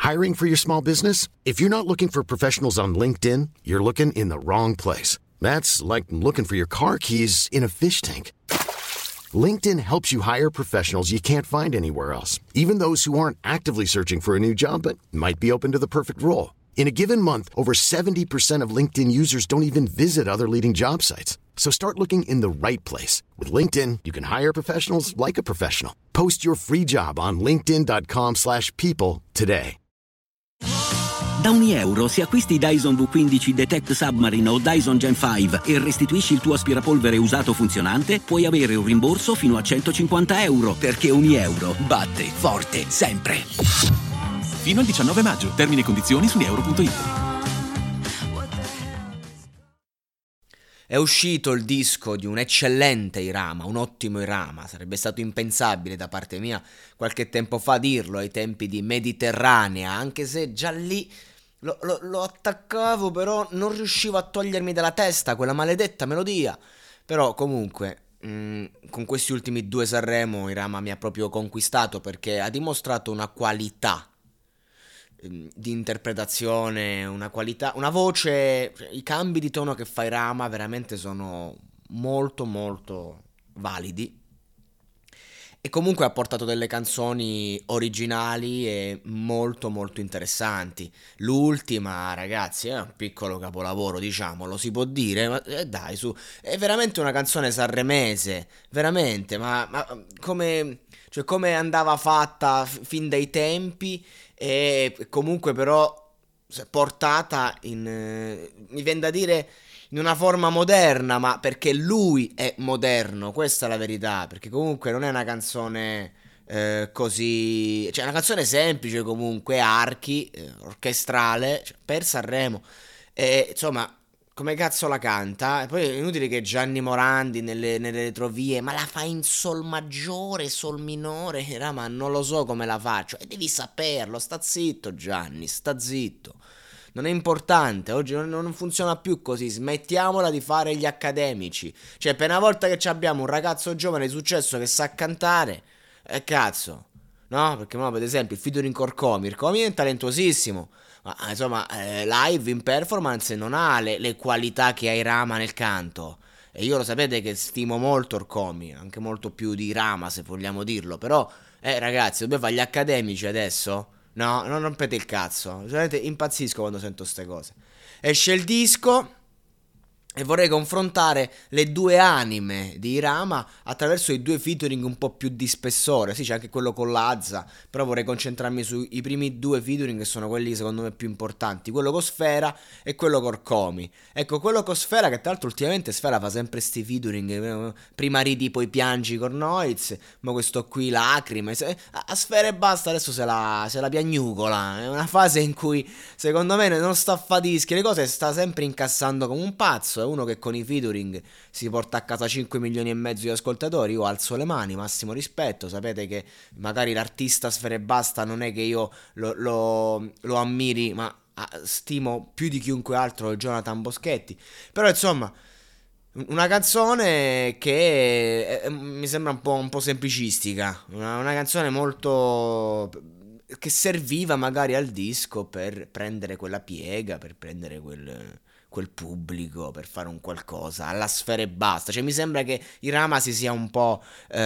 Hiring for your small business? If you're not looking for professionals on LinkedIn, you're looking in the wrong place. That's like looking for your car keys in a fish tank. LinkedIn helps you hire professionals you can't find anywhere else, even those who aren't actively searching for a new job but might be open to the perfect role. In a given month, over 70% of LinkedIn users don't even visit other leading job sites. So start looking in the right place. With LinkedIn, you can hire professionals like a professional. Post your free job on linkedin.com/people today. Da €1 se acquisti Dyson V15 Detect Submarine o Dyson Gen 5 e restituisci il tuo aspirapolvere usato funzionante, puoi avere un rimborso fino a €150, perché €1 batte forte sempre. Fino al 19 maggio. Termini e condizioni su euro.it. È uscito il disco di un eccellente Irama, un ottimo Irama. Sarebbe stato impensabile da parte mia qualche tempo fa dirlo, ai tempi di Mediterranea, anche se già lì lo attaccavo, però non riuscivo a togliermi dalla testa quella maledetta melodia. Però comunque con questi ultimi 2 Sanremo Irama mi ha proprio conquistato, perché ha dimostrato una qualità di interpretazione, una qualità, una voce, i cambi di tono che fa Irama veramente sono molto molto validi, e comunque ha portato delle canzoni originali e molto molto interessanti. L'ultima, ragazzi, è un piccolo capolavoro, diciamolo, si può dire, ma dai, su, è veramente una canzone sanremese, veramente, ma come, cioè, come andava fatta fin dai tempi, e comunque però portata in, mi viene da dire, in una forma moderna, ma perché lui è moderno, questa è la verità, perché comunque non è una canzone così, cioè è una canzone semplice comunque, archi, orchestrale, cioè, per Sanremo, e insomma, come cazzo la canta? E poi è inutile che Gianni Morandi nelle retrovie, ma la fa in sol maggiore, sol minore, ma non lo so come la faccio, e devi saperlo, sta zitto Gianni, sta zitto. Non è importante, oggi non funziona più così, smettiamola di fare gli accademici. Cioè, per una volta che abbiamo un ragazzo giovane di successo che sa cantare, cazzo, no? Perché no, per esempio il featuring Corcomi è talentuosissimo, ma insomma live in performance non ha le qualità che ha Irama nel canto. E io lo sapete che stimo molto Corcomi, anche molto più di Irama se vogliamo dirlo, però ragazzi, dobbiamo fare gli accademici adesso? No, non rompete il cazzo. Veramente impazzisco quando sento ste cose. Esce il disco e vorrei confrontare le due anime di Irama attraverso i 2 featuring un po' più di spessore. Sì, c'è anche quello con Lazza, però vorrei concentrarmi sui primi 2 featuring, che sono quelli secondo me più importanti, quello con Sfera e quello con Comi. Ecco, quello con Sfera, che tra l'altro ultimamente Sfera fa sempre sti featuring, prima ridi poi piangi con Noiz, ma questo qui lacrime, a Sfera e basta, adesso se la piagnucola. È una fase in cui secondo me non sta a fa dischi, le cose sta sempre incassando come un pazzo. È uno che con i featuring si porta a casa 5 milioni e mezzo di ascoltatori. Io alzo le mani, massimo rispetto. Sapete che magari l'artista Sfera e Basta non è che io lo ammiri, ma stimo più di chiunque altro Jonathan Boschetti. Però insomma, una canzone che mi sembra un po' semplicistica, una canzone molto, che serviva magari al disco per prendere quella piega, per prendere quel pubblico, per fare un qualcosa alla Sfera e Basta. Cioè mi sembra che Irama si sia un po'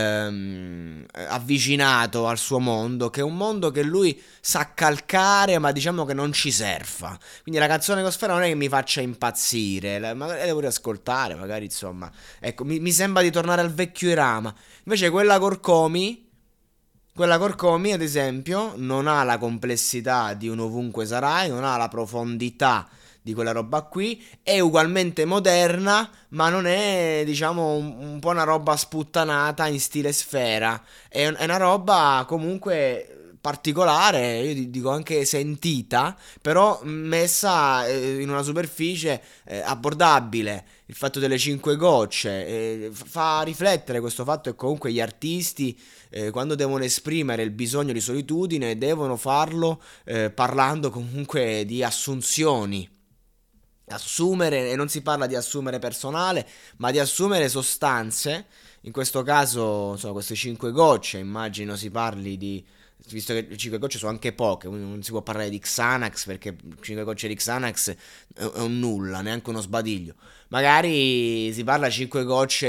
avvicinato al suo mondo, che è un mondo che lui sa calcare, ma diciamo che non ci surfa. Quindi la canzone con Sfera non è che mi faccia impazzire, magari la devo riascoltare, magari insomma, ecco, mi sembra di tornare al vecchio Irama. Invece quella Corcomi, ad esempio, non ha la complessità di un Ovunque Sarai, non ha la profondità di quella roba qui, è ugualmente moderna, ma non è, diciamo, un po' una roba sputtanata in stile Sfera. È una roba comunque particolare, io dico anche sentita, però messa in una superficie abbordabile. Il fatto delle 5 gocce fa riflettere questo fatto, che comunque gli artisti quando devono esprimere il bisogno di solitudine devono farlo parlando comunque di assunzioni. Assumere, e non si parla di assumere personale, ma di assumere sostanze. In questo caso, insomma, queste 5 gocce, immagino si parli di visto che le 5 gocce sono anche poche, quindi non si può parlare di Xanax perché 5 gocce di Xanax è un nulla, neanche uno sbadiglio. Magari si parla 5 gocce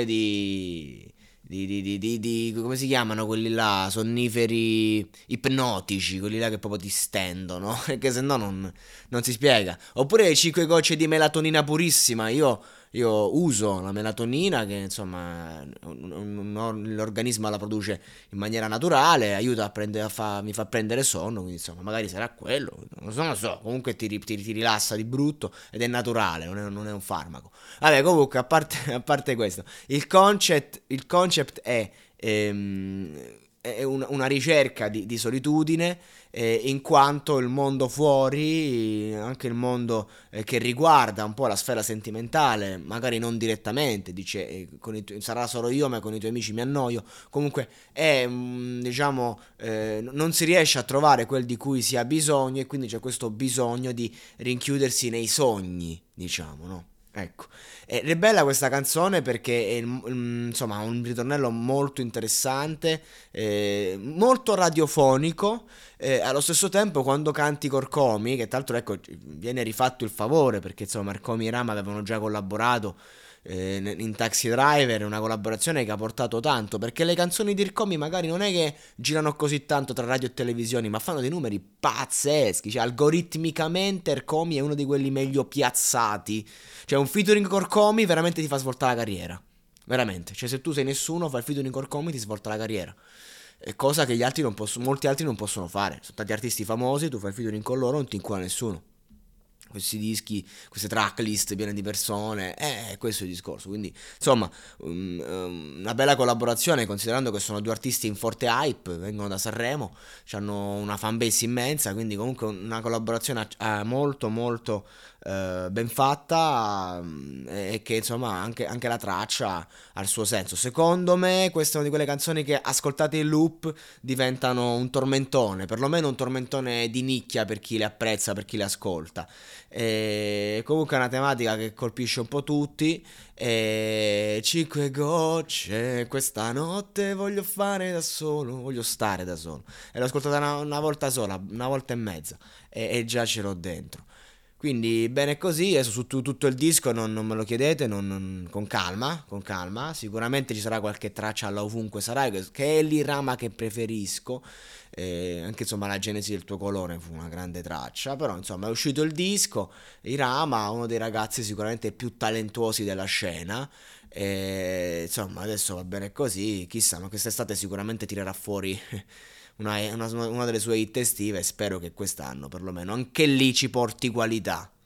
come si chiamano quelli là, sonniferi ipnotici, quelli là che proprio ti stendono, perché se no non si spiega. Oppure 5 gocce di melatonina purissima, io uso la melatonina che insomma l'organismo la produce in maniera naturale, aiuta mi fa prendere sonno, quindi insomma magari sarà quello, non lo so, comunque ti rilassa di brutto ed è naturale, non è un farmaco. Vabbè, comunque a parte questo, il concept è una ricerca di solitudine, in quanto il mondo fuori, anche il mondo che riguarda un po' la sfera sentimentale, magari non direttamente, dice sarà solo io, ma con i tuoi amici mi annoio. Comunque diciamo, non si riesce a trovare quel di cui si ha bisogno, e quindi c'è questo bisogno di rinchiudersi nei sogni, diciamo, no? Ecco, ed è bella questa canzone perché insomma ha un ritornello molto interessante, molto radiofonico, allo stesso tempo quando canti Corcomi, che tra l'altro ecco viene rifatto il favore perché insomma Marcomi e Rama avevano già collaborato in Taxi Driver, una collaborazione che ha portato tanto, perché le canzoni di Ercomi magari non è che girano così tanto tra radio e televisioni, ma fanno dei numeri pazzeschi, cioè algoritmicamente Ercomi è uno di quelli meglio piazzati, cioè un featuring con Ercomi veramente ti fa svoltare la carriera, veramente, cioè se tu sei nessuno fai il featuring con Ercomi ti svolta la carriera. Cosa che molti altri non possono fare. Sono tanti artisti famosi, tu fai il featuring con loro, non ti incula nessuno. Questi dischi, queste tracklist piene di persone, questo è il discorso. Quindi, insomma, una bella collaborazione, considerando che sono due artisti in forte hype, vengono da Sanremo, hanno una fanbase immensa, quindi comunque una collaborazione molto molto ben fatta, e che insomma anche la traccia ha il suo senso. Secondo me questa è una di quelle canzoni che ascoltate in loop diventano un tormentone, perlomeno un tormentone di nicchia per chi le apprezza, per chi le ascolta. Comunque è una tematica che colpisce un po' tutti. 5 gocce questa notte voglio fare da solo, voglio stare da solo, e l'ho ascoltata una volta sola, una volta e mezza, e già ce l'ho dentro. Quindi bene così, adesso su tutto il disco non me lo chiedete, con calma, sicuramente ci sarà qualche traccia alla ovunque sarai, che è l'Irama che preferisco, anche insomma la Genesi del tuo colore fu una grande traccia, però insomma è uscito il disco, Irama, uno dei ragazzi sicuramente più talentuosi della scena, insomma adesso va bene così, chissà, ma quest'estate sicuramente tirerà fuori una delle sue hit estive, e spero che quest'anno perlomeno anche lì ci porti qualità.